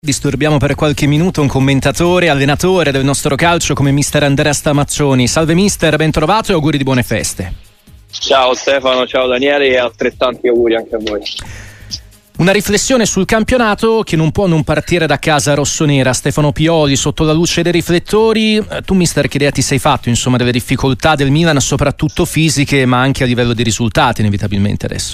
Disturbiamo per qualche minuto un commentatore, allenatore del nostro calcio come mister Andrea Stamaccioni. Salve mister, ben trovato e auguri di buone feste. Ciao Stefano, ciao Daniele e altrettanti auguri anche a voi. Una riflessione sul campionato che non può non partire da casa rossonera. Stefano Pioli sotto la luce dei riflettori. Tu mister, che idea ti sei fatto insomma delle difficoltà del Milan, soprattutto fisiche ma anche a livello di risultati inevitabilmente adesso?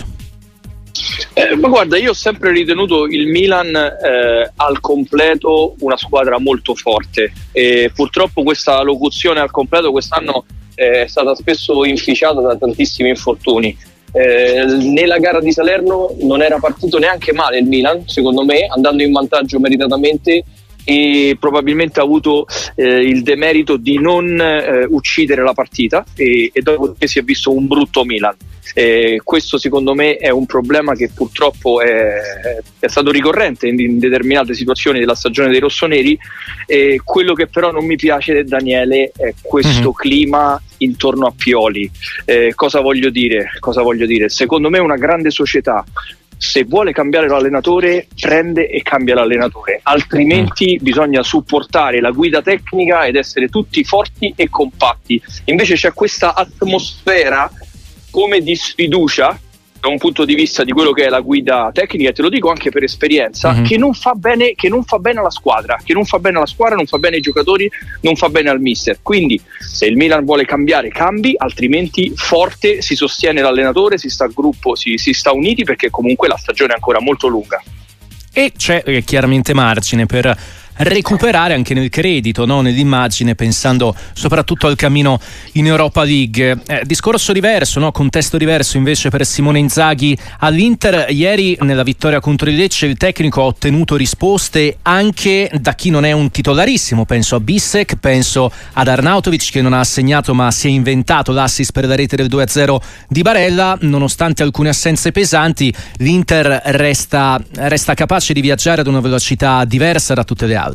Ma guarda, io ho sempre ritenuto il Milan al completo una squadra molto forte e purtroppo questa locuzione al completo quest'anno è stata spesso inficiata da tantissimi infortuni. Nella gara di Salerno non era partito neanche male il Milan, secondo me, andando in vantaggio meritatamente, e probabilmente ha avuto il demerito di non uccidere la partita e dopo che si è visto un brutto Milan. Questo secondo me è un problema che purtroppo è stato ricorrente in determinate situazioni della stagione dei rossoneri. Quello che però non mi piace, Daniele, è questo clima intorno a Pioli. Cosa voglio dire? Secondo me una grande società, se vuole cambiare l'allenatore, prende e cambia l'allenatore, altrimenti bisogna supportare la guida tecnica ed essere tutti forti e compatti. Invece c'è questa atmosfera come di sfiducia da un punto di vista di quello che è la guida tecnica, e te lo dico anche per esperienza, che non fa bene alla squadra, non fa bene ai giocatori, non fa bene al mister. Quindi se il Milan vuole cambiare, cambi, altrimenti forte si sostiene l'allenatore, si sta al gruppo, si sta uniti, perché comunque la stagione è ancora molto lunga. E c'è chiaramente margine per recuperare anche nel credito, no? Nell'immagine, pensando soprattutto al cammino in Europa League. Discorso diverso, no? Contesto diverso invece per Simone Inzaghi all'Inter. Ieri nella vittoria contro il Lecce il tecnico ha ottenuto risposte anche da chi non è un titolarissimo, penso a Bissek, penso ad Arnautovic, che non ha assegnato ma si è inventato l'assist per la rete del 2-0 di Barella. Nonostante alcune assenze pesanti, l'Inter resta capace di viaggiare ad una velocità diversa da tutte le altre.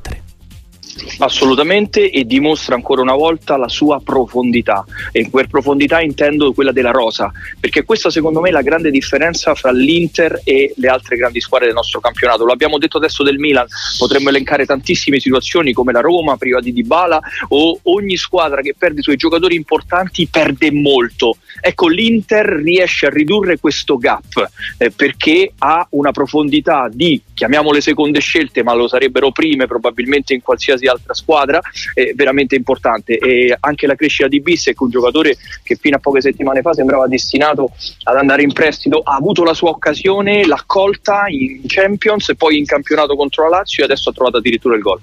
Assolutamente, e dimostra ancora una volta la sua profondità, e per profondità intendo quella della rosa, perché questa secondo me è la grande differenza fra l'Inter e le altre grandi squadre del nostro campionato. Lo abbiamo detto adesso del Milan, potremmo elencare tantissime situazioni come la Roma priva di Dybala, o ogni squadra che perde i suoi giocatori importanti perde molto. Ecco, l'Inter riesce a ridurre questo gap perché ha una profondità di, chiamiamole seconde scelte, ma lo sarebbero prime probabilmente in qualsiasi altra squadra, veramente importante. E anche la crescita di Bissek, un giocatore che fino a poche settimane fa sembrava destinato ad andare in prestito, ha avuto la sua occasione, l'ha colta in Champions e poi in campionato contro la Lazio, e adesso ha trovato addirittura il gol.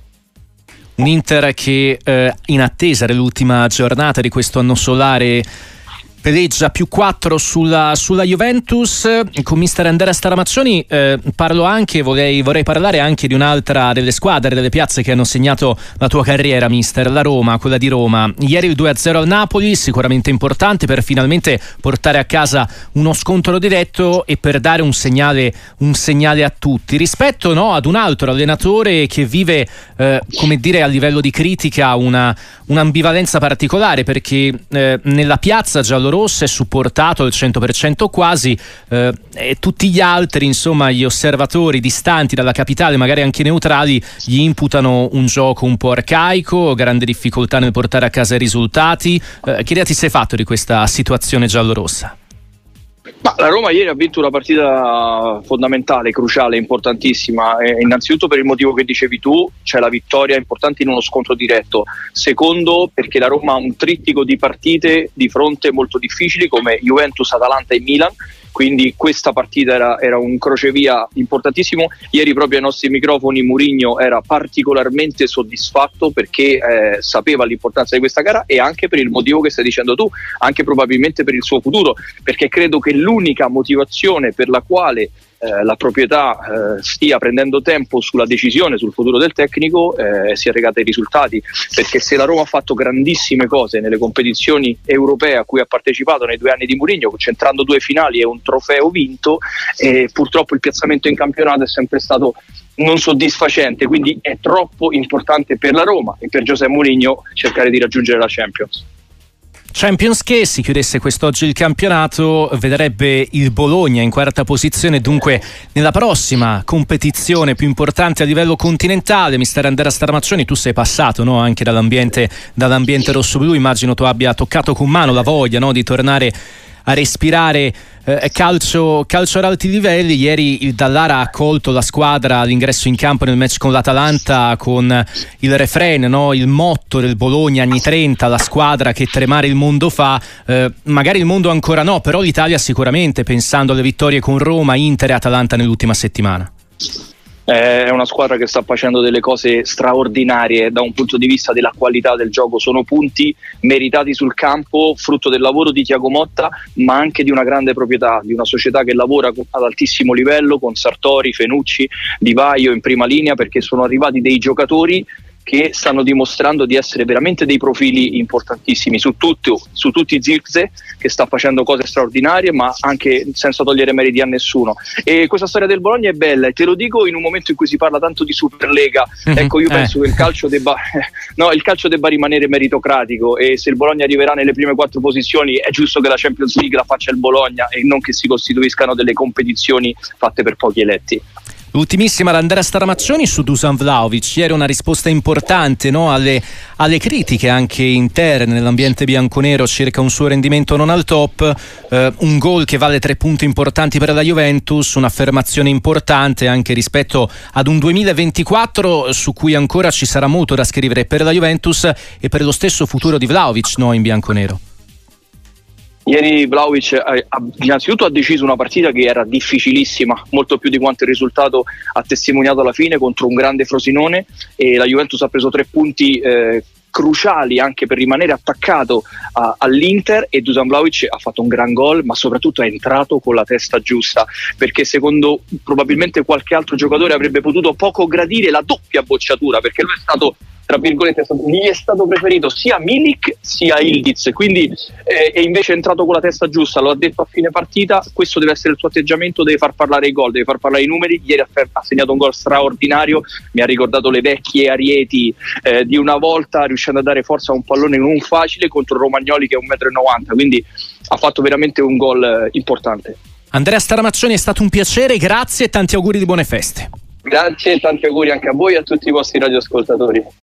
Un Inter che in attesa dell'ultima giornata di questo anno solare pedeggia più 4 sulla Juventus. Con mister Andrea Stamaccioni vorrei parlare anche di un'altra delle squadre, delle piazze che hanno segnato la tua carriera, mister, la Roma, quella di Roma. Ieri il 2-0 al Napoli, sicuramente importante per finalmente portare a casa uno scontro diretto e per dare un segnale a tutti, rispetto, no, ad un altro allenatore che vive come dire a livello di critica un'ambivalenza particolare, perché nella piazza giallorossa è supportato al 100% quasi, e tutti gli altri, insomma gli osservatori distanti dalla capitale, magari anche neutrali, gli imputano un gioco un po' arcaico, grande difficoltà nel portare a casa i risultati. Che idea ti sei fatto di questa situazione giallorossa? Ma la Roma ieri ha vinto una partita fondamentale, cruciale, importantissima. Innanzitutto per il motivo che dicevi tu, c'è la vittoria importante in uno scontro diretto. Secondo, perché la Roma ha un trittico di partite di fronte molto difficili come Juventus, Atalanta e Milan. Quindi questa partita era un crocevia importantissimo. Ieri proprio ai nostri microfoni Mourinho era particolarmente soddisfatto perché sapeva l'importanza di questa gara, e anche per il motivo che stai dicendo tu, anche probabilmente per il suo futuro, perché credo che l'unica motivazione per la quale la proprietà stia prendendo tempo sulla decisione sul futuro del tecnico sia legata ai risultati, perché se la Roma ha fatto grandissime cose nelle competizioni europee a cui ha partecipato nei 2 anni di Mourinho, centrando 2 finali e un trofeo vinto, purtroppo il piazzamento in campionato è sempre stato non soddisfacente, quindi è troppo importante per la Roma e per José Mourinho cercare di raggiungere la Champions. Champions che si chiudesse quest'oggi il campionato vedrebbe il Bologna in quarta posizione, dunque nella prossima competizione più importante a livello continentale. Mister Andrea Starmaccioni, tu sei passato, no, anche dall'ambiente rossoblu, immagino tu abbia toccato con mano la voglia, no, di tornare a respirare calcio ad alti livelli. Ieri il Dallara ha accolto la squadra all'ingresso in campo nel match con l'Atalanta con il refrain, no? Il motto del Bologna anni 30, la squadra che tremare il mondo fa. Magari il mondo ancora no, però l'Italia sicuramente, pensando alle vittorie con Roma, Inter e Atalanta nell'ultima settimana. È una squadra che sta facendo delle cose straordinarie da un punto di vista della qualità del gioco. Sono punti meritati sul campo, frutto del lavoro di Thiago Motta, ma anche di una grande proprietà, di una società che lavora ad altissimo livello con Sartori, Fenucci, Di Vaio in prima linea, perché sono arrivati dei giocatori che stanno dimostrando di essere veramente dei profili importantissimi, su tutti Zirkzee, che sta facendo cose straordinarie, ma anche senza togliere meriti a nessuno. E questa storia del Bologna è bella, e te lo dico in un momento in cui si parla tanto di Superlega. Ecco, io penso che il calcio debba rimanere meritocratico, e se il Bologna arriverà nelle prime 4 posizioni è giusto che la Champions League la faccia il Bologna e non che si costituiscano delle competizioni fatte per pochi eletti. L'ultimissima da Andrea Starmaccioni su Dusan Vlahovic. Ieri una risposta importante, no, alle critiche anche interne nell'ambiente bianconero circa un suo rendimento non al top, un gol che vale 3 punti importanti per la Juventus, un'affermazione importante anche rispetto ad un 2024 su cui ancora ci sarà molto da scrivere per la Juventus e per lo stesso futuro di Vlahovic, no, in bianconero. Ieri Vlahovic innanzitutto ha deciso una partita che era difficilissima, molto più di quanto il risultato ha testimoniato alla fine, contro un grande Frosinone, e la Juventus ha preso 3 punti cruciali anche per rimanere attaccato all'Inter, e Dusan Vlahovic ha fatto un gran gol, ma soprattutto è entrato con la testa giusta, perché secondo probabilmente qualche altro giocatore avrebbe potuto poco gradire la doppia bocciatura, perché lui è stato, tra virgolette, gli è stato preferito sia Milik sia Ildiz, quindi è invece entrato con la testa giusta, lo ha detto a fine partita. Questo deve essere il suo atteggiamento, deve far parlare i gol, deve far parlare i numeri. Ieri ha segnato un gol straordinario, mi ha ricordato le vecchie Arieti di una volta, riuscendo a dare forza a un pallone non facile contro Romagnoli che è 1,90 m, quindi ha fatto veramente un gol importante. Andrea Starmaccioni, è stato un piacere, grazie e tanti auguri di buone feste. Grazie e tanti auguri anche a voi e a tutti i vostri radioascoltatori.